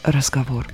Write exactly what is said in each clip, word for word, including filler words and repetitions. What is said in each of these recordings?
разговор.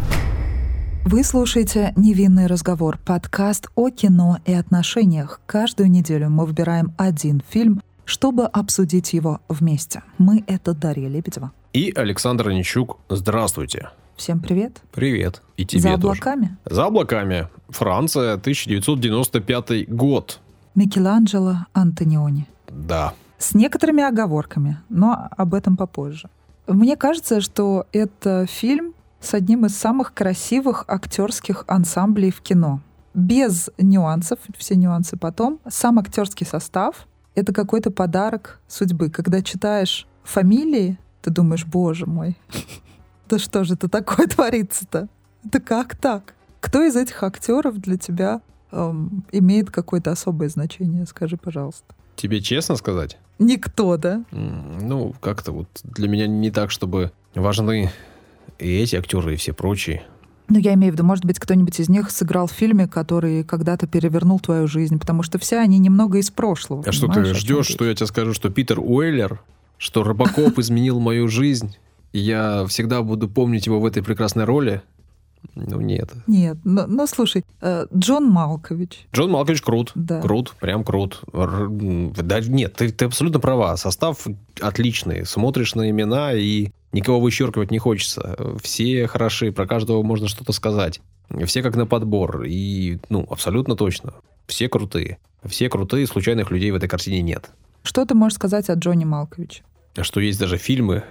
Вы слушаете «Невинный разговор» — подкаст о кино и отношениях. Каждую неделю мы выбираем один фильм, чтобы обсудить его вместе. Мы — это Дарья Лебедева. И Александр Онищук. Здравствуйте. Всем привет. Привет. И тебе За облаками? Тоже. За облаками. Франция, тысяча девятьсот девяносто пятый год. Микеланджело Антониони. Да. С некоторыми оговорками, но об этом попозже. Мне кажется, что это фильм с одним из самых красивых актерских ансамблей в кино. Без нюансов, все нюансы потом. Сам актерский состав — это какой-то подарок судьбы. Когда читаешь фамилии, ты думаешь: боже мой, да что же это такое творится-то? Да как так? Кто из этих актеров для тебя эм, имеет какое-то особое значение? Скажи, пожалуйста. Тебе честно сказать? Никто, да? Mm, ну, как-то вот для меня не так, чтобы важны и эти актеры, и все прочие. Ну, я имею в виду, может быть, кто-нибудь из них сыграл в фильме, который когда-то перевернул твою жизнь, потому что все они немного из прошлого. А что ты ждешь, что я тебе скажу, что Питер Уэллер, что Робокоп изменил мою жизнь, и я всегда буду помнить его в этой прекрасной роли? Ну, нет. Нет, но, но слушай, э, Джон Малкович. Джон Малкович крут. Да. Крут, прям крут. Да, нет, ты, ты абсолютно права. Состав отличный. Смотришь на имена, и никого вычеркивать не хочется. Все хороши, про каждого можно что-то сказать. Все как на подбор. И, ну, абсолютно точно. Все крутые. Все крутые, случайных людей в этой картине нет. Что ты можешь сказать о Джоне Малковиче? Что есть даже фильмы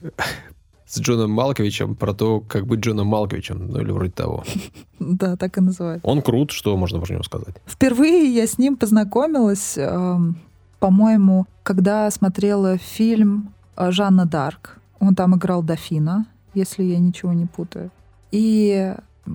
с Джоном Малковичем про то, как быть Джоном Малковичем, ну или вроде того. Да, так и называют. Он крут, что можно про него сказать? Впервые я с ним познакомилась, э, по-моему, когда смотрела фильм «Жанна Дарк». Он там играл дофина, если я ничего не путаю. И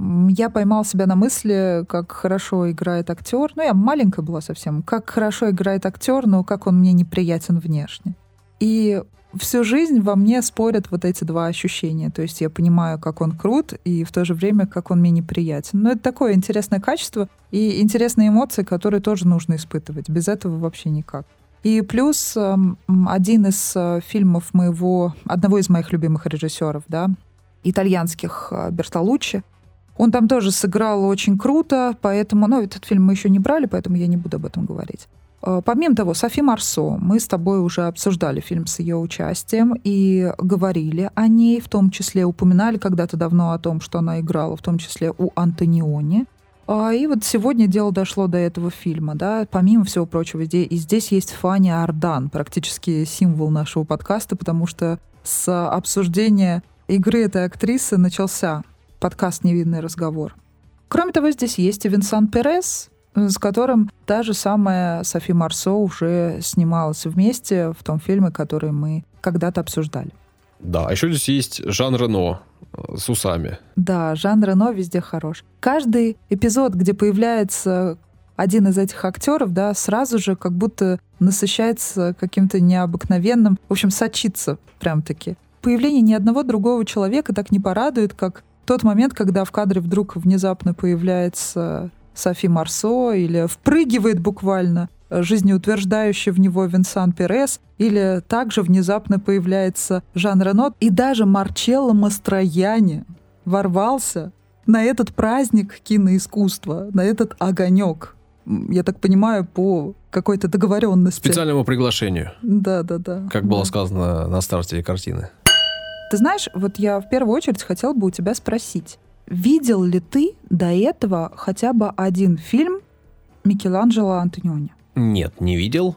я поймала себя на мысли, как хорошо играет актер. Ну, я маленькая была совсем. Как хорошо играет актер, но как он мне неприятен внешне. И всю жизнь во мне спорят вот эти два ощущения. То есть я понимаю, как он крут, и в то же время, как он мне неприятен. Но это такое интересное качество и интересные эмоции, которые тоже нужно испытывать. Без этого вообще никак. И плюс один из фильмов моего, одного из моих любимых режиссеров, да, итальянских, Бертолуччи, он там тоже сыграл очень круто, поэтому, ну, этот фильм мы еще не брали, поэтому я не буду об этом говорить. Помимо того, Софи Марсо, мы с тобой уже обсуждали фильм с ее участием и говорили о ней, в том числе упоминали когда-то давно о том, что она играла, в том числе у Антониони. И вот сегодня дело дошло до этого фильма, да, помимо всего прочего, здесь, и здесь есть Фанни Ардан, практически символ нашего подкаста, потому что с обсуждения игры этой актрисы начался подкаст «Невинный разговор». Кроме того, здесь есть и Винсан Перес, с которым та же самая Софи Марсо уже снималась вместе в том фильме, который мы когда-то обсуждали. Да, а еще здесь есть Жан Рено с усами. Да, Жан Рено везде хорош. Каждый эпизод, где появляется один из этих актеров, да, сразу же как будто насыщается каким-то необыкновенным, в общем, сочится прям-таки. Появление ни одного другого человека так не порадует, как тот момент, когда в кадре вдруг внезапно появляется Софи Марсо или впрыгивает буквально жизнеутверждающий в него Винсан Перес, или также внезапно появляется Жан Рено. И даже Марчелло Мастроянни ворвался на этот праздник киноискусства, на этот огонек. Я так понимаю, по какой-то договоренности. Специальному приглашению. Да, да, да. Как да. было сказано на старте картины. Ты знаешь, вот я в первую очередь хотела бы у тебя спросить, видел ли ты до этого хотя бы один фильм Микеланджело Антониони? Нет, не видел.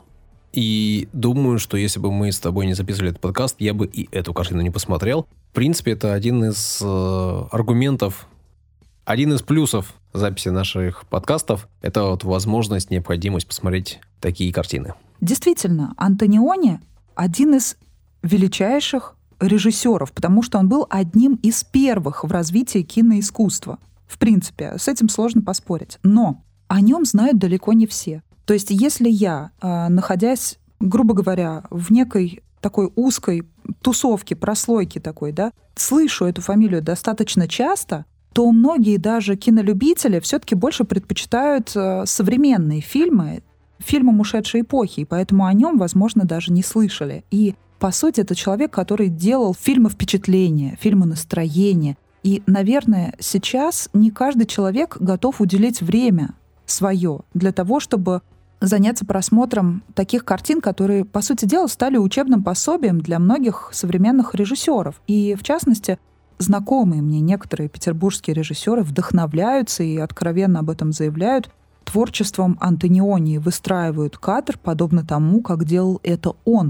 И думаю, что если бы мы с тобой не записывали этот подкаст, я бы и эту картину не посмотрел. В принципе, это один из э, аргументов, один из плюсов записи наших подкастов. Это вот возможность, необходимость посмотреть такие картины. Действительно, Антониони один из величайших режиссеров, потому что он был одним из первых в развитии киноискусства. В принципе, с этим сложно поспорить. Но о нем знают далеко не все. То есть если я, находясь, грубо говоря, в некой такой узкой тусовке, прослойке такой, да, слышу эту фамилию достаточно часто, то многие даже кинолюбители все-таки больше предпочитают современные фильмы, фильмам ушедшей эпохи, и поэтому о нем, возможно, даже не слышали. И По сути, это человек, который делал фильмы впечатления, фильмы настроения. И, наверное, сейчас не каждый человек готов уделить время свое для того, чтобы заняться просмотром таких картин, которые, по сути дела, стали учебным пособием для многих современных режиссеров. И, в частности, знакомые мне некоторые петербургские режиссеры вдохновляются и откровенно об этом заявляют творчеством Антониони, выстраивают кадр, подобно тому, как делал это он.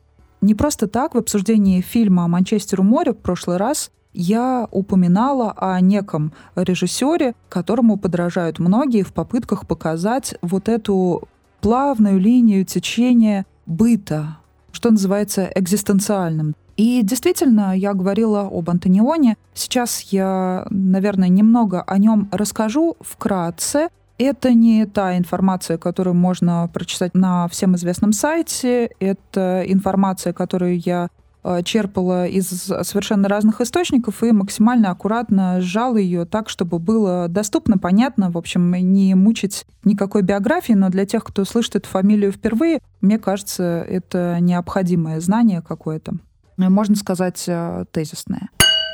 Не просто так в обсуждении фильма «Манчестер у моря» в прошлый раз я упоминала о неком режиссере, которому подражают многие в попытках показать вот эту плавную линию течения быта, что называется экзистенциальным. И действительно, я говорила об Антониони. Сейчас я, наверное, немного о нем расскажу вкратце. Это не та информация, которую можно прочитать на всем известном сайте. Это информация, которую я черпала из совершенно разных источников и максимально аккуратно сжала ее так, чтобы было доступно, понятно, в общем, не мучить никакой биографии, но для тех, кто слышит эту фамилию впервые, мне кажется, это необходимое знание какое-то, можно сказать, тезисное.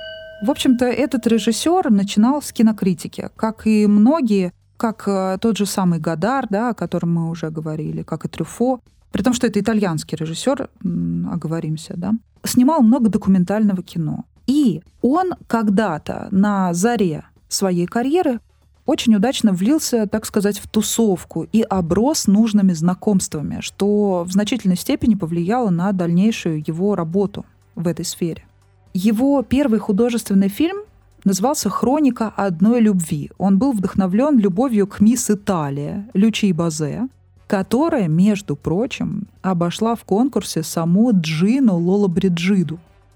В общем-то, этот режиссер начинал с кинокритики, как и многие, как тот же самый Годар, да, о котором мы уже говорили, как и Трюфо, при том, что это итальянский режиссер, оговоримся, да, снимал много документального кино. И он когда-то на заре своей карьеры очень удачно влился, так сказать, в тусовку и оброс нужными знакомствами, что в значительной степени повлияло на дальнейшую его работу в этой сфере. Его первый художественный фильм назывался «Хроника одной любви». Он был вдохновлен любовью к мисс Италия Лючии Бозе, которая, между прочим, обошла в конкурсе саму Джину Лоллобриджиду.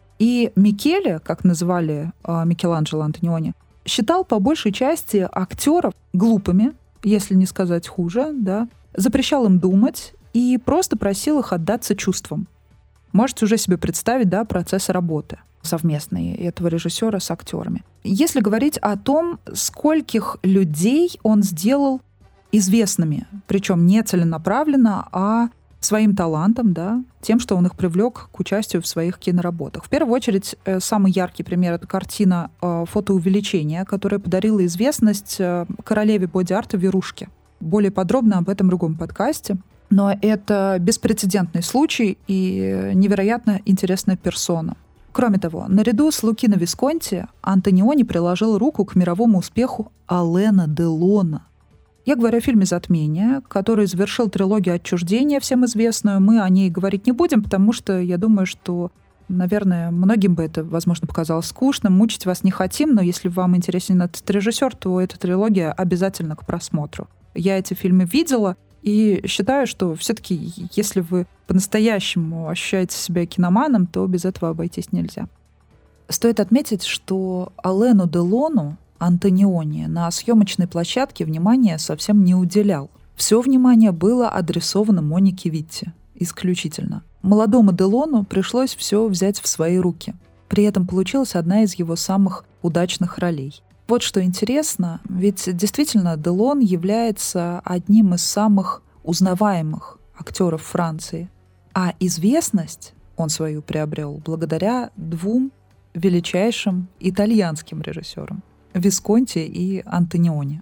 И Микеле, как называли э, Микеланджело Антониони, считал по большей части актеров глупыми, если не сказать хуже, да, запрещал им думать и просто просил их отдаться чувствам. Можете уже себе представить, да, процесс работы совместный этого режиссера с актерами. Если говорить о том, скольких людей он сделал известными, причем не целенаправленно, а своим талантом, да, тем, что он их привлек к участию в своих киноработах. В первую очередь, самый яркий пример — это картина «Фотоувеличение», которая подарила известность королеве боди-арта Верушке. Более подробно об этом в другом подкасте. Но это беспрецедентный случай и невероятно интересная персона. Кроме того, наряду с Лукино Висконти Антониони приложил руку к мировому успеху Алена Делона. Я говорю о фильме «Затмение», который завершил трилогию «Отчуждение», всем известную. Мы о ней говорить не будем, потому что я думаю, что, наверное, многим бы это, возможно, показалось скучным. Мучить вас не хотим, но если вам интересен этот режиссер, то эта трилогия обязательно к просмотру. Я эти фильмы видела и считаю, что все-таки, если вы по-настоящему ощущаете себя киноманом, то без этого обойтись нельзя. Стоит отметить, что Алену Делону Антониони на съемочной площадке внимания совсем не уделял. Все внимание было адресовано Монике Витти исключительно. Молодому Делону пришлось все взять в свои руки. При этом получилась одна из его самых удачных ролей. Вот что интересно, ведь действительно Делон является одним из самых узнаваемых актеров Франции. А известность он свою приобрел благодаря двум величайшим итальянским режиссерам — Висконти и Антониони.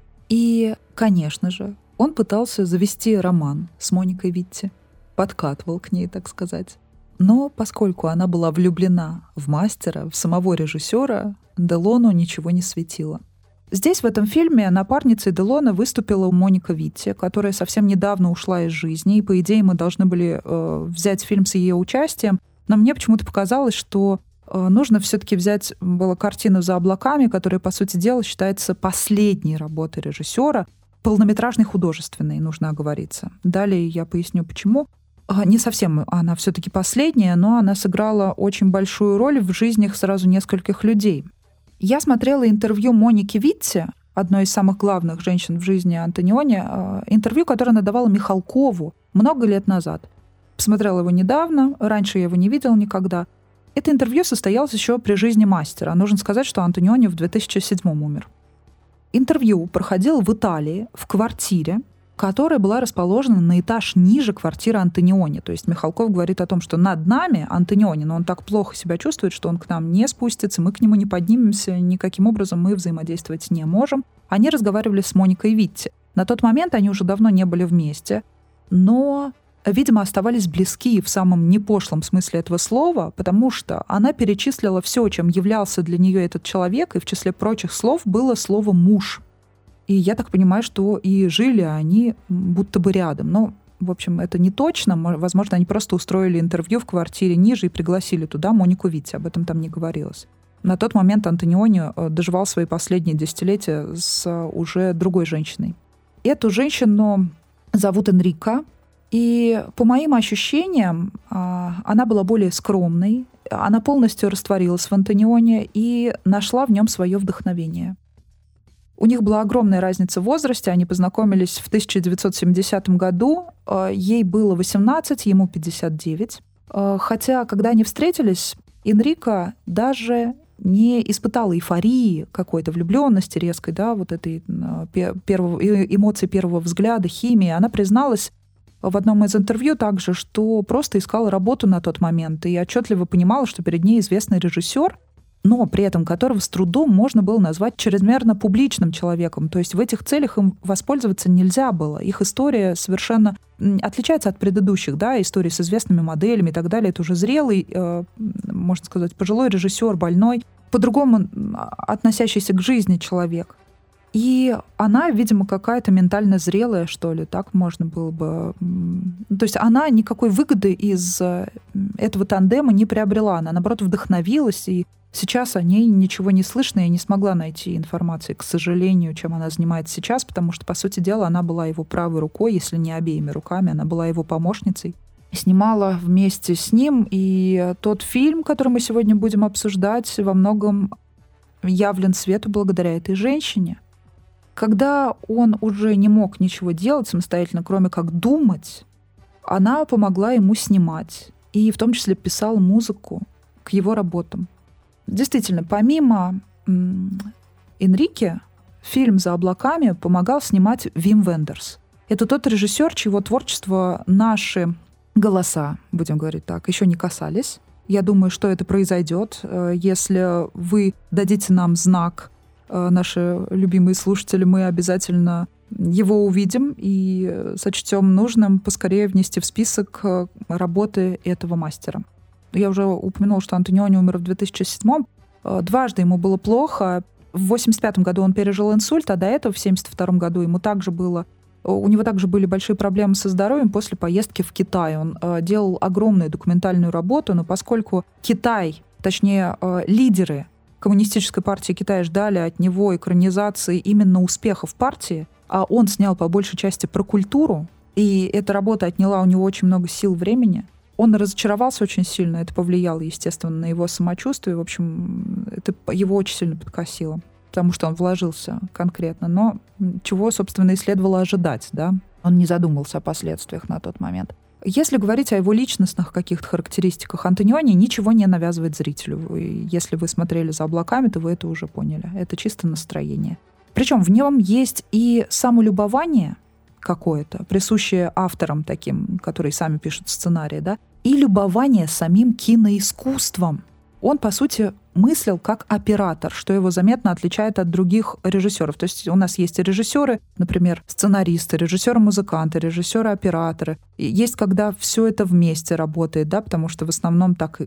И, конечно же, он пытался завести роман с Моникой Витти, подкатывал к ней, так сказать. Но поскольку она была влюблена в мастера, в самого режиссера, Делону ничего не светило. Здесь, в этом фильме, напарницей Делона выступила Моника Витти, которая совсем недавно ушла из жизни, и, по идее, мы должны были э, взять фильм с ее участием, но мне почему-то показалось, что нужно все-таки взять было картину «За облаками», которая, по сути дела, считается последней работой режиссера, полнометражной художественной, нужно оговориться. Далее я поясню, почему. Не совсем она все-таки последняя, но она сыграла очень большую роль в жизнях сразу нескольких людей. Я смотрела интервью Моники Витти, одной из самых главных женщин в жизни Антониони, интервью, которое она давала Михалкову много лет назад. Посмотрела его недавно, раньше я его не видела никогда. Это интервью состоялось еще при жизни мастера. Нужно сказать, что Антониони в две тысячи седьмом умер. Интервью проходило в Италии, в квартире, которая была расположена на этаж ниже квартиры Антониони. То есть Михалков говорит о том, что над нами Антониони, но он так плохо себя чувствует, что он к нам не спустится, мы к нему не поднимемся, никаким образом мы взаимодействовать не можем. Они разговаривали с Моникой Витти. На тот момент они уже давно не были вместе, но, видимо, оставались близки в самом непошлом смысле этого слова, потому что она перечислила все, чем являлся для нее этот человек, и в числе прочих слов было слово «муж». И я так понимаю, что и жили они будто бы рядом. Но, в общем, это не точно. Возможно, они просто устроили интервью в квартире ниже и пригласили туда Монику Витти. Об этом там не говорилось. На тот момент Антониони доживал свои последние десятилетия с уже другой женщиной. Эту женщину зовут Энрика. И по моим ощущениям, она была более скромной. Она полностью растворилась в Антониони и нашла в нем свое вдохновение. У них была огромная разница в возрасте. Они познакомились в тысяча девятьсот семидесятом году. Ей было восемнадцать, ему пятьдесят девять. Хотя, когда они встретились, Энрика даже не испытала эйфории какой-то, влюбленности резкой, да, вот этой первого, эмоции первого взгляда, химии. Она призналась в одном из интервью также, что просто искала работу на тот момент и отчетливо понимала, что перед ней известный режиссер, но при этом которого с трудом можно было назвать чрезмерно публичным человеком. То есть в этих целях им воспользоваться нельзя было. Их история совершенно отличается от предыдущих, да, истории с известными моделями и так далее. Это уже зрелый, э, можно сказать, пожилой режиссер, больной, по-другому относящийся к жизни человек. И она, видимо, какая-то ментально зрелая, что ли, так можно было бы... То есть она никакой выгоды из этого тандема не приобрела. Она, наоборот, вдохновилась, и сейчас о ней ничего не слышно. Я не смогла найти информации, к сожалению, чем она занимается сейчас, потому что, по сути дела, она была его правой рукой, если не обеими руками. Она была его помощницей. Снимала вместе с ним. И тот фильм, который мы сегодня будем обсуждать, во многом явлен свету благодаря этой женщине. Когда он уже не мог ничего делать самостоятельно, кроме как думать, она помогла ему снимать. И в том числе писала музыку к его работам. Действительно, помимо Энрике, фильм «За облаками» помогал снимать Вим Вендерс. Это тот режиссер, чьего творчества наши голоса, будем говорить так, еще не касались. Я думаю, что это произойдет, если вы дадите нам знак, наши любимые слушатели, мы обязательно его увидим и сочтем нужным поскорее внести в список работы этого мастера. Я уже упомянула, что Антониони умер в две тысячи седьмом. Дважды ему было плохо. В восемьдесят пятом году он пережил инсульт, а до этого в семьдесят втором году ему также было... У него также были большие проблемы со здоровьем после поездки в Китай. Он делал огромную документальную работу, но поскольку Китай, точнее, лидеры Коммунистической партии Китая ждали от него экранизации именно успехов партии, а он снял по большей части про культуру, и эта работа отняла у него очень много сил, времени. Он разочаровался очень сильно, это повлияло, естественно, на его самочувствие. В общем, это его очень сильно подкосило, потому что он вложился конкретно. Но чего, собственно, и следовало ожидать, да? Он не задумывался о последствиях на тот момент. Если говорить о его личностных каких-то характеристиках, Антониони ничего не навязывает зрителю. И если вы смотрели «За облаками», то вы это уже поняли. Это чисто настроение. Причем в нем есть и самолюбование какое-то, присущее авторам таким, которые сами пишут сценарии, да, и любование самим киноискусством. Он, по сути, мыслил как оператор, что его заметно отличает от других режиссеров. То есть у нас есть режиссеры, например, сценаристы, режиссеры-музыканты, режиссеры-операторы. И есть, когда все это вместе работает, да, потому что в основном так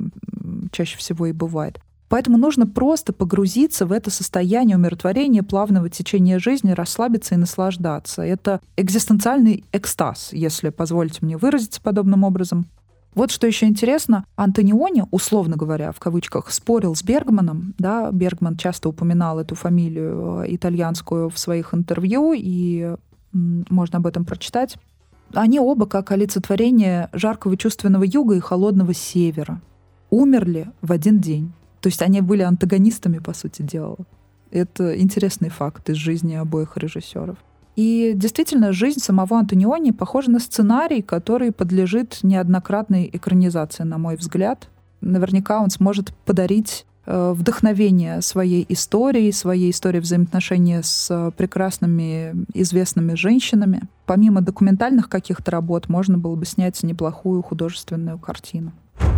чаще всего и бывает. Поэтому нужно просто погрузиться в это состояние умиротворения, плавного течения жизни, расслабиться и наслаждаться. Это экзистенциальный экстаз, если позволите мне выразиться подобным образом. Вот что еще интересно, Антониони, условно говоря, в кавычках, спорил с Бергманом. Да? Бергман часто упоминал эту фамилию итальянскую в своих интервью, и можно об этом прочитать. Они оба как олицетворение жаркого чувственного юга и холодного севера. Умерли в один день. То есть они были антагонистами, по сути дела. Это интересный факт из жизни обоих режиссеров. И действительно, жизнь самого Антониони похожа на сценарий, который подлежит неоднократной экранизации, на мой взгляд. Наверняка он сможет подарить вдохновение своей историей, своей историей взаимоотношения с прекрасными, известными женщинами. Помимо документальных каких-то работ, можно было бы снять неплохую художественную картину.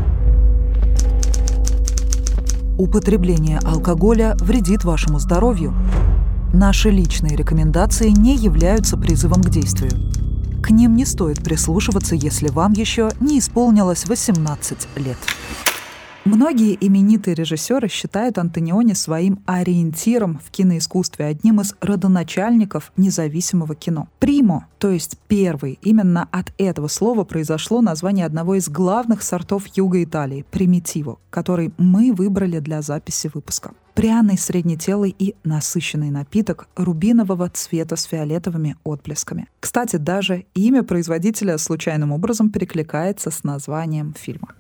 Употребление алкоголя вредит вашему здоровью. Наши личные рекомендации не являются призывом к действию. К ним не стоит прислушиваться, если вам еще не исполнилось восемнадцать лет. Многие именитые режиссеры считают Антониони своим ориентиром в киноискусстве, одним из родоначальников независимого кино. Примо, то есть первый, именно от этого слова произошло название одного из главных сортов юга Италии – примитиво, который мы выбрали для записи выпуска. Пряный, среднетелый и насыщенный напиток рубинового цвета с фиолетовыми отблесками. Кстати, даже имя производителя случайным образом перекликается с названием фильма.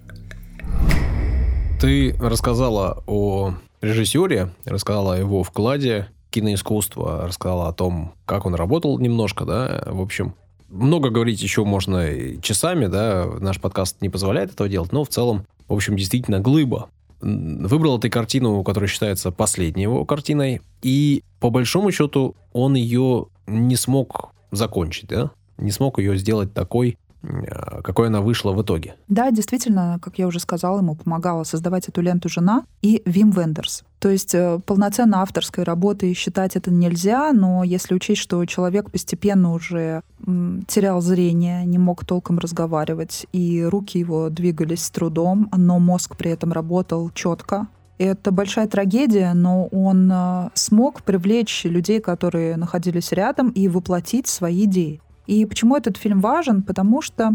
Ты рассказала о режиссере, рассказала о его вкладе в киноискусство, рассказала о том, как он работал немножко, да, в общем. Много говорить еще можно часами, да, наш подкаст не позволяет этого делать, но в целом, в общем, действительно глыба. Выбрал ты картину, которая считается последней его картиной, и по большому счету он ее не смог закончить, да, не смог ее сделать такой, какой она вышла в итоге. Да, действительно, как я уже сказала, ему помогала создавать эту ленту жена и Вим Вендерс. То есть полноценно авторской работой считать это нельзя, но если учесть, что человек постепенно уже м, терял зрение, не мог толком разговаривать, и руки его двигались с трудом, но мозг при этом работал четко, это большая трагедия, но он э, смог привлечь людей, которые находились рядом, и воплотить свои идеи. И почему этот фильм важен? Потому что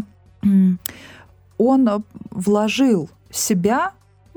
он вложил себя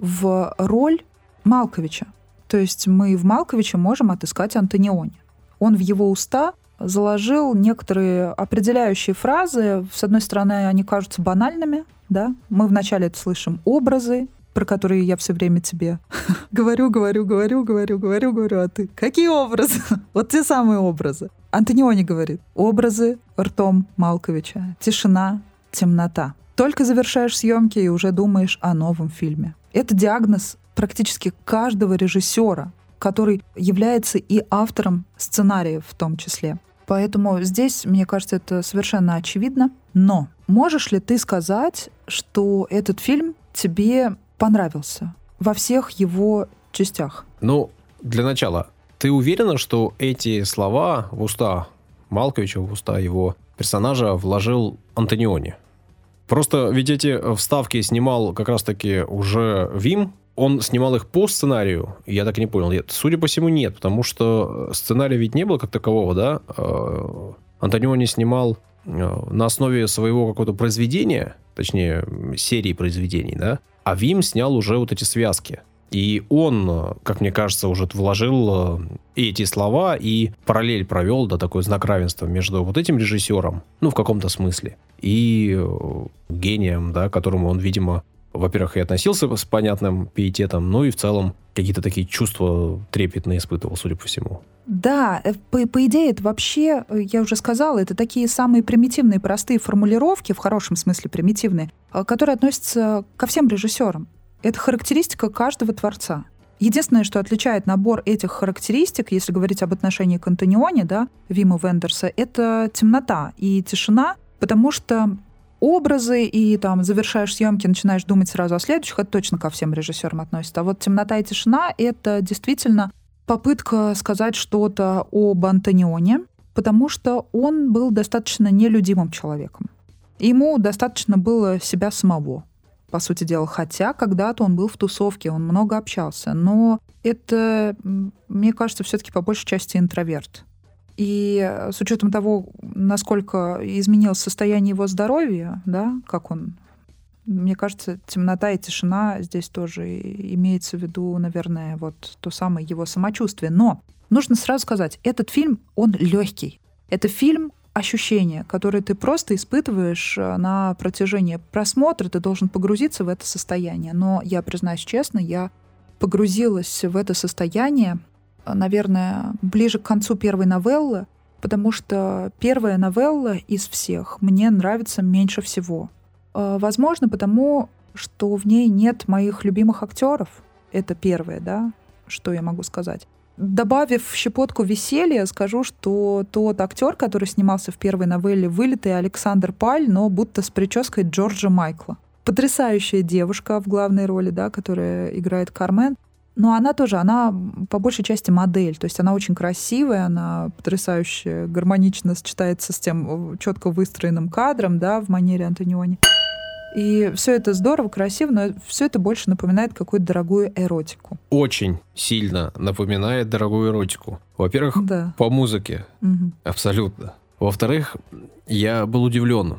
в роль Малковича. То есть мы в Малковиче можем отыскать Антониони. Он в его уста заложил некоторые определяющие фразы. С одной стороны, они кажутся банальными. Да? Мы вначале это слышим образы, про которые я все время тебе говорю, говорю, говорю, говорю, говорю, говорю, а ты какие образы? Вот те самые образы. Антониони говорит: образы ртом Малковича, тишина, темнота. Только завершаешь съемки и уже думаешь о новом фильме. Это диагноз практически каждого режиссера, который является и автором сценариев в том числе. Поэтому здесь, мне кажется, это совершенно очевидно. Но можешь ли ты сказать, что этот фильм тебе понравился во всех его частях? Ну, для начала, ты уверена, что эти слова в уста Малковича, в уста его персонажа вложил Антониони? Просто ведь эти вставки снимал как раз-таки уже Вим. Он снимал их по сценарию, я так и не понял. Нет, судя по всему, нет, потому что сценария ведь не было как такового, да? Антониони снимал на основе своего какого-то произведения, точнее, серии произведений, да? А Вим снял уже вот эти связки. И он, как мне кажется, уже вложил и эти слова, и параллель провел, да, такой знак равенства между вот этим режиссером, ну, в каком-то смысле, и гением, да, к которому он, видимо, во-первых, и относился с понятным пиететом, ну и в целом какие-то такие чувства трепетные испытывал, судя по всему. Да, по, по идее, это вообще, я уже сказала, это такие самые примитивные, простые формулировки, в хорошем смысле примитивные, которые относятся ко всем режиссерам. Это характеристика каждого творца. Единственное, что отличает набор этих характеристик, если говорить об отношении к Антониони, да, Вима Вендерса, это темнота и тишина, потому что образы и там завершаешь съемки, начинаешь думать сразу о следующих, это точно ко всем режиссерам относится. А вот темнота и тишина — это действительно попытка сказать что-то об Антониони, потому что он был достаточно нелюдимым человеком. Ему достаточно было себя самого, по сути дела. Хотя когда-то он был в тусовке, он много общался. Но это, мне кажется, все-таки по большей части интроверт. И с учетом того, насколько изменилось состояние его здоровья, да, как он, мне кажется, темнота и тишина здесь тоже имеется в виду, наверное, вот то самое его самочувствие. Но нужно сразу сказать, этот фильм, он легкий. Это фильм ощущения, которые ты просто испытываешь на протяжении просмотра, ты должен погрузиться в это состояние. Но я признаюсь честно, я погрузилась в это состояние, наверное, ближе к концу первой новеллы, потому что первая новелла из всех мне нравится меньше всего. Возможно, потому что в ней нет моих любимых актеров. Это первое, да, что я могу сказать. Добавив щепотку веселья, скажу, что тот актер, который снимался в первой новелле, вылитый Александр Паль, но будто с прической Джорджа Майкла. Потрясающая девушка в главной роли, да, которая играет Кармен. Но она тоже, она по большей части модель. То есть она очень красивая, она потрясающе гармонично сочетается с тем четко выстроенным кадром, да, в манере Антониони. И все это здорово, красиво, но все это больше напоминает какую-то дорогую эротику. Очень сильно напоминает дорогую эротику. Во-первых, да. По музыке. Угу. Абсолютно. Во-вторых, я был удивлен.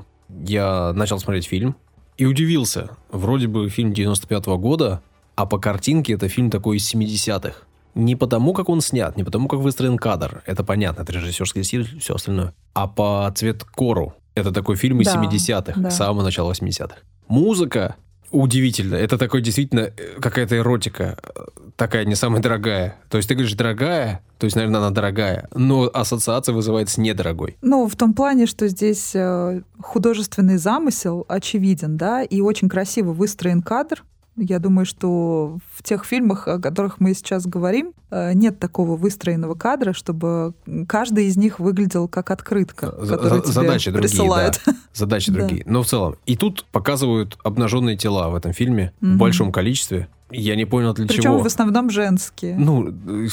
Я начал смотреть фильм и удивился. Вроде бы фильм девяносто пятого года, а по картинке это фильм такой из семидесятых. Не потому, как он снят, не потому, как выстроен кадр. Это понятно, это режиссерский стиль, все остальное. А по цветкору. Это такой фильм из да, семидесятых, да. Самого начала восьмидесятых. Музыка удивительно. Это такой действительно какая-то эротика. Такая не самая дорогая. То есть ты говоришь дорогая, то есть, наверное, она дорогая, но ассоциация вызывает с недорогой. Ну, в том плане, что здесь художественный замысел очевиден, да, и очень красиво выстроен кадр. Я думаю, что в тех фильмах, о которых мы сейчас говорим, нет такого выстроенного кадра, чтобы каждый из них выглядел как открытка, которую тебе Задачи присылают. Другие, да. Задачи другие. Но в целом. И тут показывают обнаженные тела в этом фильме в большом количестве. Я не понял, для Причем чего. Причем в основном женские. Ну,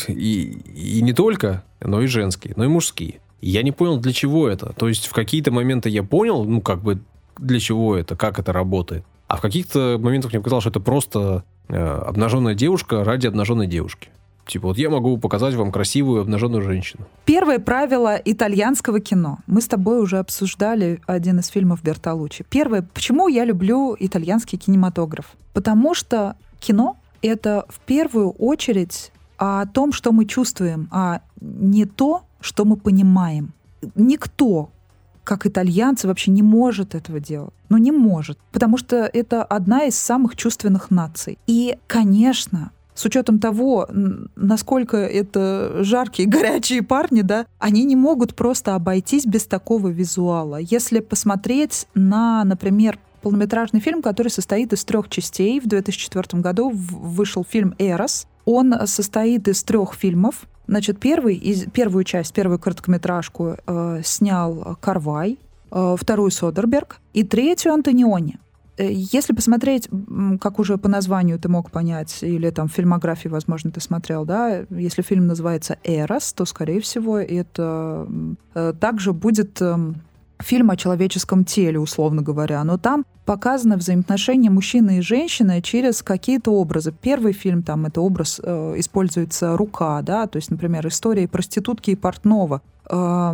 и, и не только, но и женские, но и мужские. Я не понял, для чего это. То есть в какие-то моменты я понял, ну, как бы, для чего это, как это работает. А в каких-то моментах мне показалось, что это просто э, обнаженная девушка ради обнаженной девушки. Типа, вот я могу показать вам красивую обнаженную женщину. Первое правило итальянского кино. Мы с тобой уже обсуждали один из фильмов Бертолуччи. Первое, почему я люблю итальянский кинематограф? Потому что кино — это в первую очередь о том, что мы чувствуем, а не то, что мы понимаем. Никто, как итальянцы, вообще не может этого делать. Ну, не может. Потому что это одна из самых чувственных наций. И, конечно, с учетом того, насколько это жаркие, горячие парни, да, они не могут просто обойтись без такого визуала. Если посмотреть на, например, полнометражный фильм, который состоит из трех частей. В две тысячи четвёртом году вышел фильм «Эрос». Он состоит из трех фильмов. Значит, первый, из, первую часть, первую короткометражку э, снял Карвай, э, вторую Содерберг и третью Антониони. Э, если посмотреть, как уже по названию ты мог понять, или там в фильмографии, возможно, ты смотрел, да, если фильм называется «Эрос», то, скорее всего, это э, также будет э, фильм о человеческом теле, условно говоря. Но там показано взаимоотношения мужчины и женщины через какие-то образы. Первый фильм, там, это образ, э, используется рука, да, то есть, например, история проститутки и портного. Э,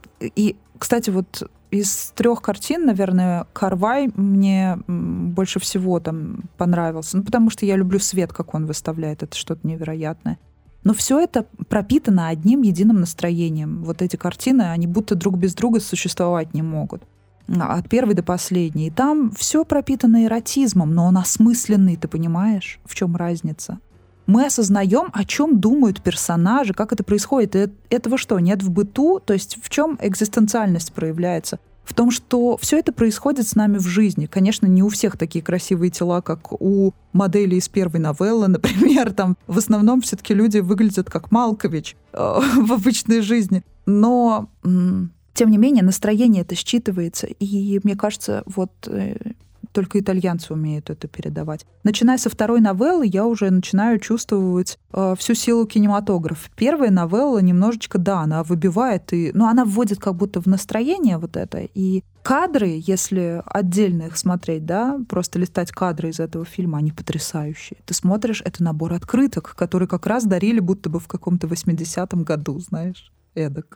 и, кстати, вот из трех картин, наверное, Карвай мне больше всего там понравился, ну, потому что я люблю свет, как он выставляет, это что-то невероятное. Но все это пропитано одним единым настроением. Вот эти картины, они будто друг без друга существовать не могут. От первой до последней. И там все пропитано эротизмом, но он осмысленный, ты понимаешь, в чем разница? Мы осознаем, о чем думают персонажи, как это происходит. И этого что, нет в быту? То есть в чем экзистенциальность проявляется? В том, что все это происходит с нами в жизни. Конечно, не у всех такие красивые тела, как у моделей из первой новеллы, например. Там в основном все-таки люди выглядят как Малкович э, в обычной жизни. Но, м- тем не менее, настроение это считывается. И мне кажется, вот э, только итальянцы умеют это передавать. Начиная со второй новеллы, я уже начинаю чувствовать э, всю силу кинематографа. Первая новелла немножечко, да, она выбивает, и, ну, она вводит как будто в настроение вот это. И кадры, если отдельно их смотреть, да, просто листать кадры из этого фильма, они потрясающие. Ты смотришь, это набор открыток, которые как раз дарили будто бы в каком-то восьмидесятом году, знаешь, эдак.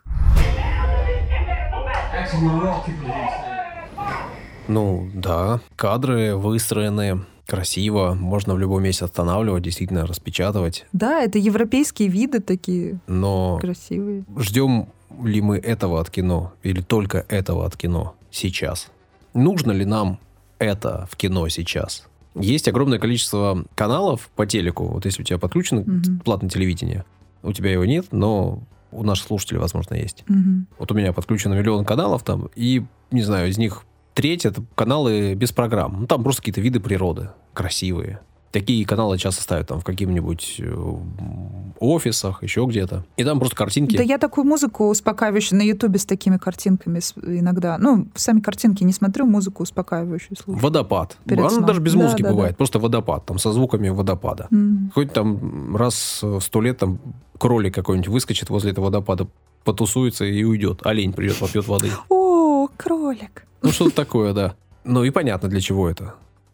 Ну, да, кадры выстроены красиво, можно в любом месте останавливать, действительно распечатывать. Да, это европейские виды такие. Но красивые. Ждем ли мы этого от кино или только этого от кино сейчас? Нужно ли нам это в кино сейчас? Есть огромное количество каналов по телеку, вот если у тебя подключено угу. платное телевидение, у тебя его нет, но у наших слушателей, возможно, есть. Угу. Вот у меня подключено миллион каналов там, и, не знаю, из них треть — это каналы без программ. Ну, там просто какие-то виды природы красивые. Такие каналы часто ставят там в каких-нибудь офисах, еще где-то. И там просто картинки. Да я такую музыку успокаивающую на Ютубе с такими картинками иногда. Ну, сами картинки не смотрю, музыку успокаивающую слушаю. Водопад. Она даже без да, музыки да, бывает. Да. Просто водопад. Там со звуками водопада. Mm. Хоть там раз в сто лет там кролик какой-нибудь выскочит возле этого водопада, потусуется и уйдет. Олень придет, попьет воды. О, кролик. Ну, что-то такое, да. Ну, и понятно, для чего это.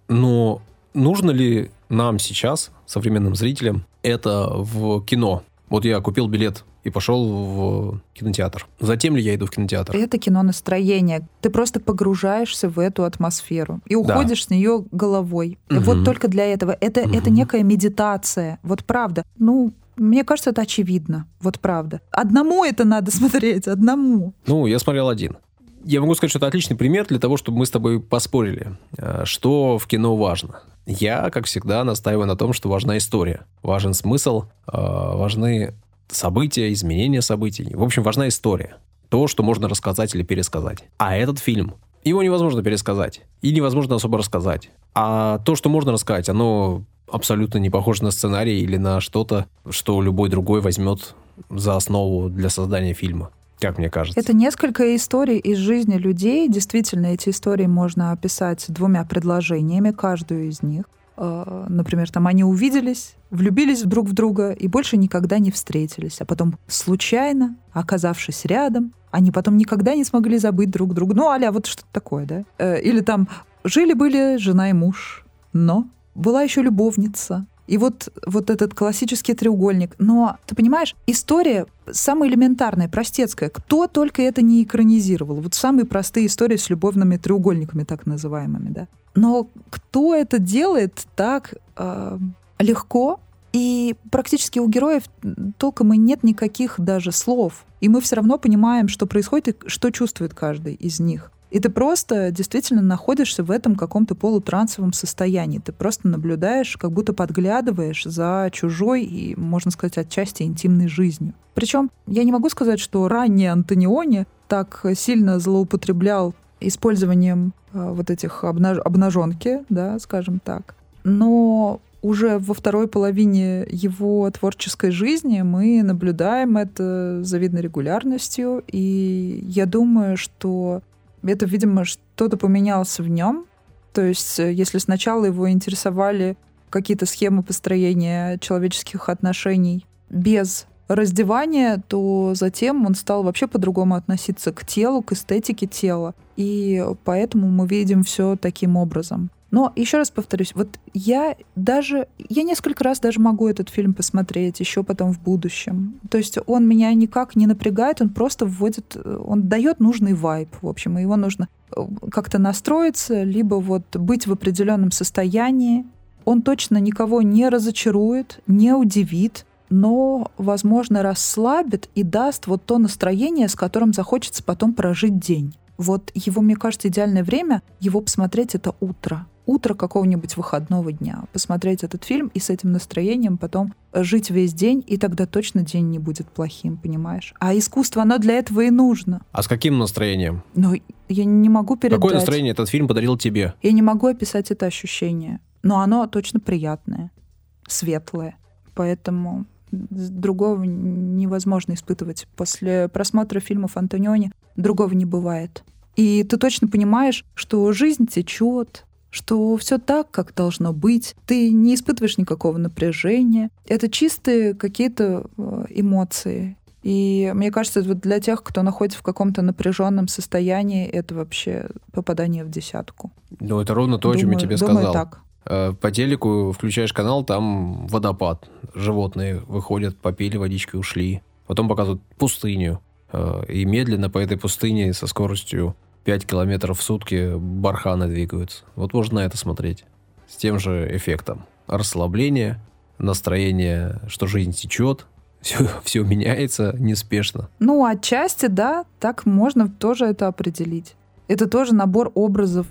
Но нужно ли нам сейчас, современным зрителям, это в кино? Вот я купил билет и пошел в кинотеатр. Затем ли я иду в кинотеатр? Это кино настроение. Ты просто погружаешься в эту атмосферу и уходишь да. с нее головой. Угу. Вот только для этого. Это, угу. это некая медитация. Вот правда. Ну, мне кажется, это очевидно. Вот правда. Одному это надо смотреть, одному. Ну, я смотрел один. Я могу сказать, что это отличный пример для того, чтобы мы с тобой поспорили, что в кино важно. Я, как всегда, настаиваю на том, что важна история. Важен смысл, важны события, изменения событий. В общем, важна история. То, что можно рассказать или пересказать. А этот фильм, его невозможно пересказать. И невозможно особо рассказать. А то, что можно рассказать, оно абсолютно не похоже на сценарий или на что-то, что любой другой возьмет за основу для создания фильма. Как мне кажется. Это несколько историй из жизни людей. Действительно, эти истории можно описать двумя предложениями, каждую из них. Например, там они увиделись, влюбились друг в друга и больше никогда не встретились. А потом случайно, оказавшись рядом, они потом никогда не смогли забыть друг друга. Ну, а-ля вот что-то такое, да? Или там жили-были жена и муж, но была еще любовница. И вот, вот этот классический треугольник. Но, ты понимаешь, история самая элементарная, простецкая. Кто только это не экранизировал. Вот самые простые истории с любовными треугольниками, так называемыми, да. Но кто это делает так э, легко? И практически у героев толком и нет никаких даже слов. И мы все равно понимаем, что происходит и что чувствует каждый из них. И ты просто действительно находишься в этом каком-то полутрансовом состоянии. Ты просто наблюдаешь, как будто подглядываешь за чужой и, можно сказать, отчасти интимной жизнью. Причем я не могу сказать, что ранний Антониони так сильно злоупотреблял использованием э, вот этих обнаж... обнаженки, да, скажем так. Но уже во второй половине его творческой жизни мы наблюдаем это с завидной регулярностью. И я думаю, что это, видимо, что-то поменялось в нем. То есть, если сначала его интересовали какие-то схемы построения человеческих отношений без раздевания, то затем он стал вообще по-другому относиться к телу, к эстетике тела. И поэтому мы видим все таким образом. Но еще раз повторюсь, вот я даже, я несколько раз даже могу этот фильм посмотреть, еще потом в будущем. То есть он меня никак не напрягает, он просто вводит, он дает нужный вайб, в общем, и его нужно как-то настроиться, либо вот быть в определенном состоянии. Он точно никого не разочарует, не удивит, но, возможно, расслабит и даст вот то настроение, с которым захочется потом прожить день. Вот его, мне кажется, идеальное время его посмотреть — это утро. Утро какого-нибудь выходного дня. Посмотреть этот фильм и с этим настроением потом жить весь день, и тогда точно день не будет плохим, понимаешь? А искусство, оно для этого и нужно. А с каким настроением? Ну, я не могу передать. Какое настроение этот фильм подарил тебе? Я не могу описать это ощущение. Но оно точно приятное, светлое. Поэтому другого невозможно испытывать. После просмотра фильмов Антониони другого не бывает. И ты точно понимаешь, что жизнь течет, что все так, как должно быть. Ты не испытываешь никакого напряжения. Это чистые какие-то эмоции. И мне кажется, вот для тех, кто находится в каком-то напряженном состоянии, это вообще попадание в десятку. Ну, это ровно то, думаю, о чем я тебе думаю, сказал. Так. По телеку включаешь канал, там водопад. Животные выходят, попили водички, ушли. Потом показывают пустыню. И медленно по этой пустыне со скоростью пять километров в сутки барханы двигаются. Вот можно на это смотреть. С тем же эффектом. Расслабление, настроение, что жизнь течет, все, все меняется неспешно. Ну, отчасти, да, так можно тоже это определить. Это тоже набор образов.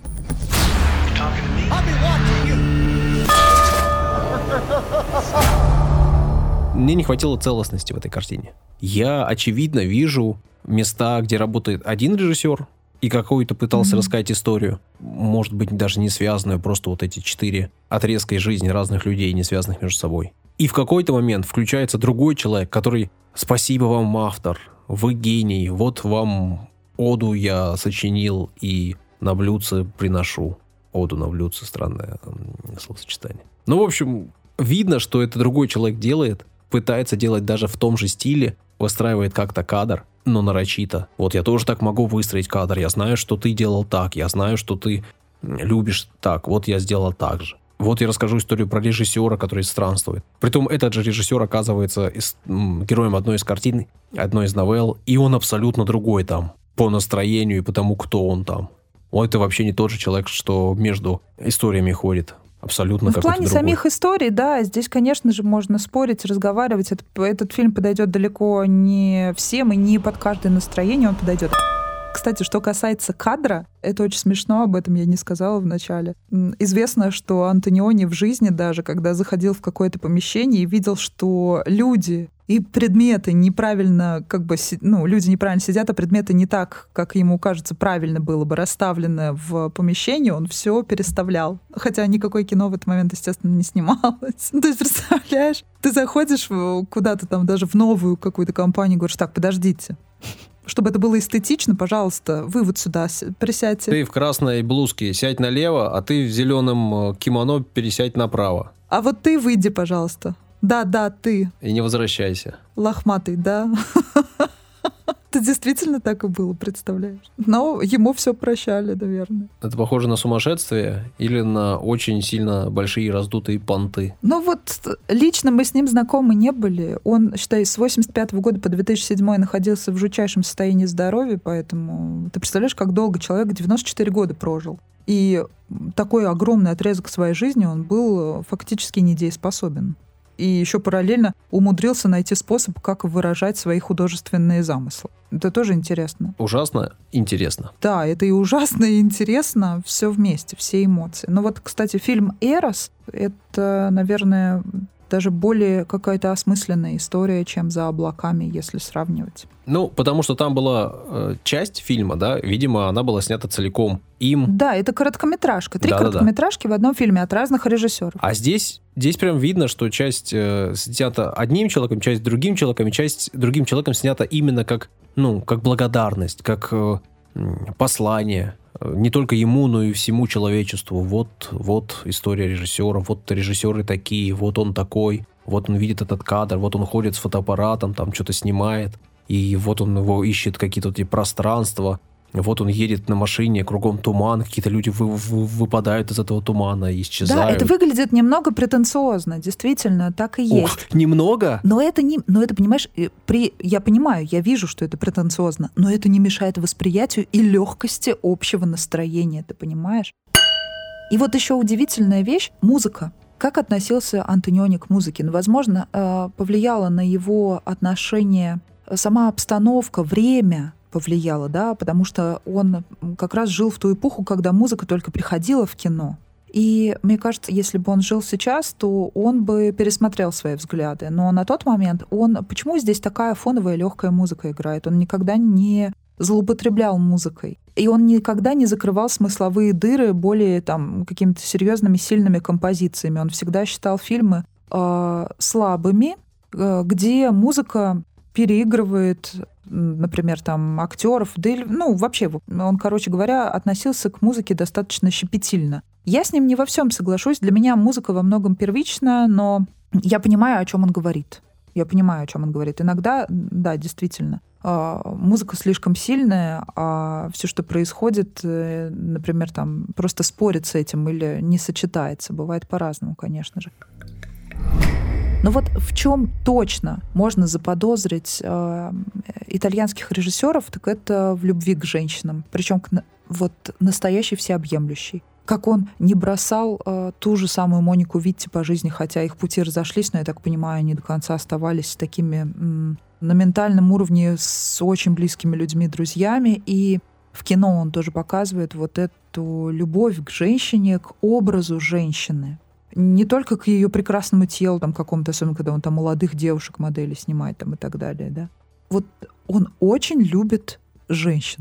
Мне не хватило целостности в этой картине. Я, очевидно, вижу места, где работает один режиссер, и какую-то пытался Mm-hmm. рассказать историю, может быть, даже не связанную, просто вот эти четыре отрезка из жизни разных людей, не связанных между собой. И в какой-то момент включается другой человек, который «Спасибо вам, автор, вы гений, вот вам оду я сочинил и на блюдце приношу». Оду на блюдце, странное словосочетание. Ну, в общем, видно, что это другой человек делает, пытается делать даже в том же стиле, выстраивает как-то кадр, но нарочито. Вот я тоже так могу выстроить кадр, я знаю, что ты делал так, я знаю, что ты любишь так, вот я сделал так же. Вот я расскажу историю про режиссера, который странствует. Притом этот же режиссер оказывается из, м, героем одной из картин, одной из новелл, и он абсолютно другой там, по настроению и по тому, кто он там. Он это вообще не тот же человек, что между историями ходит. Абсолютно ну, какой-то в плане другой. самих историй, да, здесь, конечно же, можно спорить, разговаривать. Этот, этот фильм подойдет далеко не всем и не под каждое настроение он подойдет. Кстати, что касается кадра, это очень смешно, об этом я не сказала в начале. Известно, что Антониони в жизни даже, когда заходил в какое-то помещение и видел, что люди и предметы неправильно, как бы, ну, люди неправильно сидят, а предметы не так, как ему кажется, правильно было бы расставлены в помещении, он все переставлял. Хотя никакое кино в этот момент, естественно, не снималось. То есть, представляешь, ты заходишь куда-то там, даже в новую какую-то компанию, говоришь, так, подождите. Чтобы это было эстетично, пожалуйста, вы вот сюда присядьте. Ты в красной блузке сядь налево, а ты в зеленом кимоно пересядь направо. А вот ты выйди, пожалуйста. Да, да, ты. И не возвращайся. Лохматый, да. Это действительно так и было, представляешь? Но ему все прощали, наверное. Это похоже на сумасшествие или на очень сильно большие раздутые понты? Ну вот лично мы с ним знакомы не были. Он, считай, с восемьдесят пятого года по две тысячи седьмой находился в жутчайшем состоянии здоровья, поэтому ты представляешь, как долго человек девяносто четыре года прожил. И такой огромный отрезок своей жизни он был фактически недееспособен. И еще параллельно умудрился найти способ, как выражать свои художественные замыслы. Это тоже интересно. Ужасно интересно. Да, это и ужасно, и интересно. Все вместе, все эмоции. Но вот, кстати, фильм «Эрос» — это, наверное, даже более какая-то осмысленная история, чем «За облаками», если сравнивать. Ну, потому что там была э, часть фильма, да, видимо, она была снята целиком им. Да, это короткометражка. Три Да-да-да. короткометражки в одном фильме от разных режиссеров. А здесь, здесь прям видно, что часть э, снята одним человеком, часть другим человеком, и часть другим человеком снята именно как, ну, как благодарность, как э, послание. Не только ему, но и всему человечеству. Вот, вот история режиссера, вот режиссеры такие, вот он такой, вот он видит этот кадр, вот он ходит с фотоаппаратом, там что-то снимает, и вот он его ищет какие-то эти пространства, вот он едет на машине, кругом туман, какие-то люди вы, вы, выпадают из этого тумана и исчезают. Да, это выглядит немного претенциозно, действительно, так и есть. Ох, немного? Но это, не, но это, понимаешь, при, я понимаю, я вижу, что это претенциозно, но это не мешает восприятию и легкости общего настроения, ты понимаешь? И вот еще удивительная вещь — музыка. Как относился Антониони к музыке? Ну, возможно, повлияло на его отношение сама обстановка, время, повлияло, да, потому что он как раз жил в ту эпоху, когда музыка только приходила в кино. И мне кажется, если бы он жил сейчас, то он бы пересмотрел свои взгляды. Но на тот момент он... Почему здесь такая фоновая легкая музыка играет? Он никогда не злоупотреблял музыкой. И он никогда не закрывал смысловые дыры более там, какими-то серьезными, сильными композициями. Он всегда считал фильмы э, слабыми, э, где музыка переигрывает, например, там, актеров, да или, ну, вообще, он, короче говоря, относился к музыке достаточно щепетильно. Я с ним не во всем соглашусь. Для меня музыка во многом первична, но я понимаю, о чем он говорит. Я понимаю, о чем он говорит. Иногда, да, действительно, музыка слишком сильная, а все, что происходит, например, там, просто спорит с этим или не сочетается. Бывает по-разному, конечно же. Но вот в чем точно можно заподозрить э, итальянских режиссеров, так это в любви к женщинам. Причем к, вот настоящей всеобъемлющей. Как он не бросал э, ту же самую Монику Витти по жизни, хотя их пути разошлись, но, я так понимаю, они до конца оставались такими м, на ментальном уровне с очень близкими людьми, друзьями. И в кино он тоже показывает вот эту любовь к женщине, к образу женщины. Не только к ее прекрасному телу, там, какому-то, особенно когда он там молодых девушек, моделей снимает там, и так далее. Да? Вот он очень любит женщин.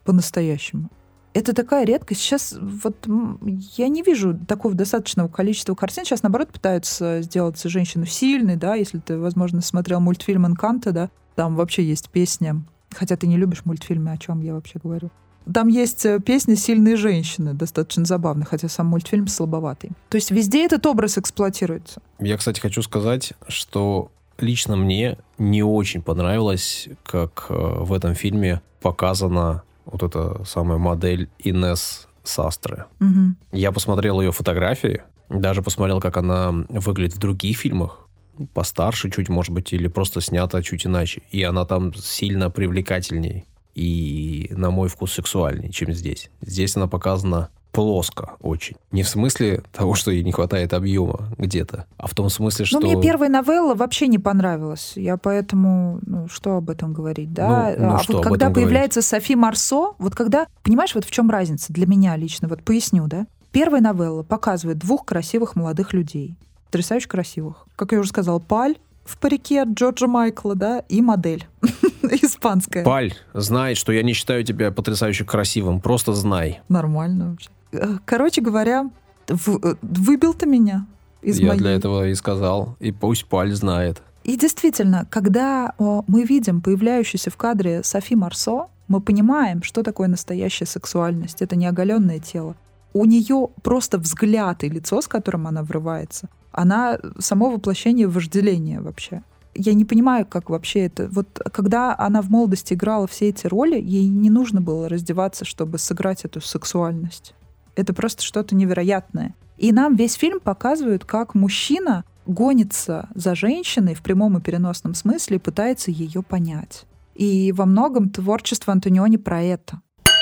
по-настоящему. Это такая редкость. Сейчас вот я не вижу такого достаточного количества картин. Сейчас, наоборот, пытаются сделать женщину сильной, да, если ты, возможно, смотрел мультфильм «Энканто», да, там вообще есть песня, хотя ты не любишь мультфильмы, о чем я вообще говорю. Там есть песня «Сильные женщины», достаточно забавно, хотя сам мультфильм слабоватый. То есть везде этот образ эксплуатируется. Я, кстати, хочу сказать, что лично мне не очень понравилось, как в этом фильме показана вот эта самая модель Инесс Састры. Угу. Я посмотрел ее фотографии, даже посмотрел, как она выглядит в других фильмах, постарше чуть, может быть, или просто снята чуть иначе. И она там сильно привлекательней и, на мой вкус, сексуальней, чем здесь. Здесь она показана плоско очень. Не в смысле того, что ей не хватает объема где-то, а в том смысле, что... Ну, мне первая новелла вообще не понравилась. Я поэтому... Ну, что об этом говорить, да? Ну, ну, а что вот об когда этом появляется говорить? Софи Марсо, вот когда... Понимаешь, вот в чем разница для меня лично? Вот поясню, да? Первая новелла показывает двух красивых молодых людей. Потрясающе красивых. Как я уже сказала, Паль в парике от Джорджа Майкла, да, и модель испанская. Паль, знай, что я не считаю тебя потрясающе красивым. Просто знай. Нормально вообще. Короче говоря, в, выбил ты меня из Я моей... для этого и сказал. И пусть Паль знает. И действительно, когда о, мы видим появляющуюся в кадре Софи Марсо, мы понимаем, что такое настоящая сексуальность. Это не оголенное тело. У нее просто взгляд и лицо, с которым она врывается, она само воплощение вожделения вообще. Я не понимаю, как вообще это... Вот когда она в молодости играла все эти роли, ей не нужно было раздеваться, чтобы сыграть эту сексуальность. Это просто что-то невероятное. И нам весь фильм показывает, как мужчина гонится за женщиной в прямом и переносном смысле и пытается ее понять. И во многом творчество Антониони про это.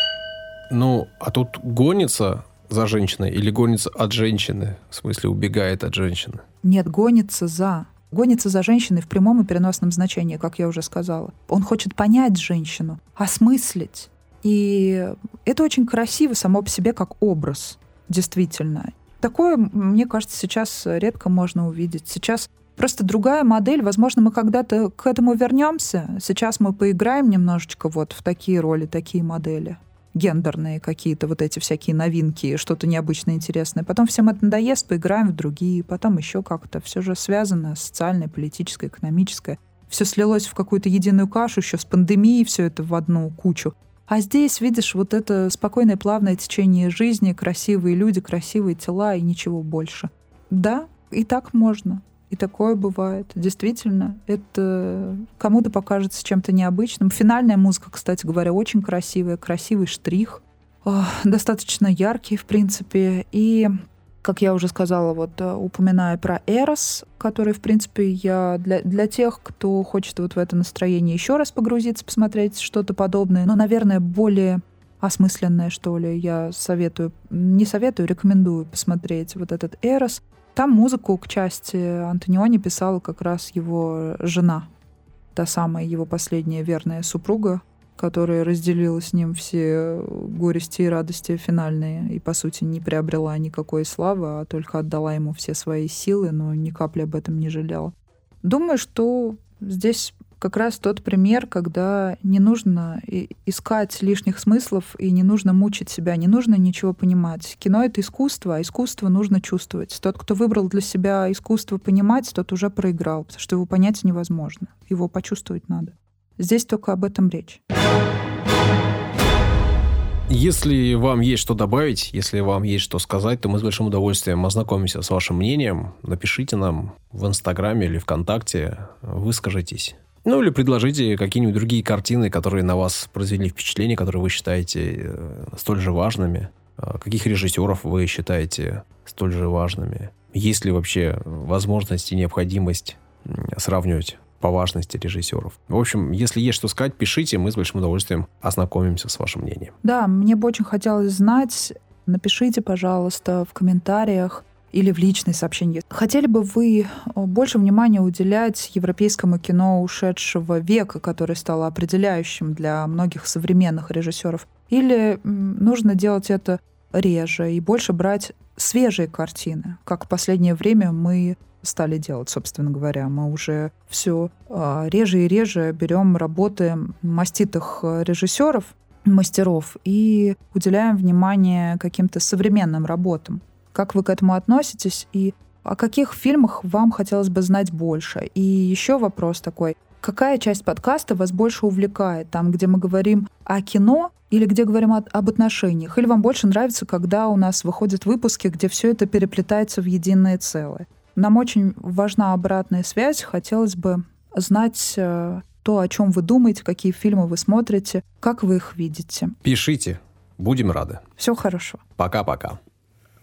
Ну, а тут гонится за женщиной или гонится от женщины? В смысле, убегает от женщины? Нет, гонится за... Гонится за женщиной в прямом и переносном значении, как я уже сказала. Он хочет понять женщину, осмыслить. И это очень красиво само по себе как образ, действительно. Такое, мне кажется, сейчас редко можно увидеть. Сейчас просто другая модель. Возможно, мы когда-то к этому вернемся. Сейчас мы поиграем немножечко вот в такие роли, такие модели. Гендерные какие-то вот эти всякие новинки, что-то необычное, интересное. Потом всем это надоест, поиграем в другие. Потом еще как-то. Все же связано, социальное, политическое, экономическое. Все слилось в какую-то единую кашу, еще с пандемией все это в одну кучу. А здесь, видишь, вот это спокойное, плавное течение жизни, красивые люди, красивые тела и ничего больше. Да, и так можно. И такое бывает. Действительно, это кому-то покажется чем-то необычным. Финальная музыка, кстати говоря, очень красивая. Красивый штрих. Достаточно яркий, в принципе. И, как я уже сказала, вот упоминая про Эрос, который, в принципе, я для, для тех, кто хочет вот в это настроение еще раз погрузиться, посмотреть что-то подобное, но, наверное, более осмысленное, что ли, я советую, не советую, рекомендую посмотреть вот этот Эрос. Там музыку к части Антониони писала как раз его жена, та самая его последняя верная супруга, которая разделила с ним все горести и радости финальные и, по сути, не приобрела никакой славы, а только отдала ему все свои силы, но ни капли об этом не жалела. Думаю, что здесь как раз тот пример, когда не нужно искать лишних смыслов и не нужно мучить себя, не нужно ничего понимать. Кино — это искусство, а искусство нужно чувствовать. Тот, кто выбрал для себя искусство понимать, тот уже проиграл, потому что его понять невозможно. Его почувствовать надо. Здесь только об этом речь. Если вам есть что добавить, если вам есть что сказать, то мы с большим удовольствием ознакомимся с вашим мнением. Напишите нам в Инстаграме или ВКонтакте, выскажитесь. Ну, или предложите какие-нибудь другие картины, которые на вас произвели впечатление, которые вы считаете столь же важными. Каких режиссеров вы считаете столь же важными? Есть ли вообще возможность и необходимость сравнивать по важности режиссеров? В общем, если есть что сказать, пишите, мы с большим удовольствием ознакомимся с вашим мнением. Да, мне бы очень хотелось знать. Напишите, пожалуйста, в комментариях или в личные сообщения. Хотели бы вы больше внимания уделять европейскому кино ушедшего века, которое стало определяющим для многих современных режиссеров? Или нужно делать это реже и больше брать свежие картины, как в последнее время мы стали делать, собственно говоря. Мы уже все реже и реже берем работы маститых режиссеров, мастеров и уделяем внимание каким-то современным работам. Как вы к этому относитесь и о каких фильмах вам хотелось бы знать больше? И еще вопрос такой. Какая часть подкаста вас больше увлекает? Там, где мы говорим о кино или где говорим о, об отношениях? Или вам больше нравится, когда у нас выходят выпуски, где все это переплетается в единое целое? Нам очень важна обратная связь. Хотелось бы знать э, то, о чем вы думаете, какие фильмы вы смотрите, как вы их видите. Пишите. Будем рады. Все хорошо. Пока-пока.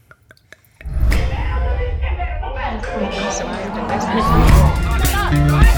Right.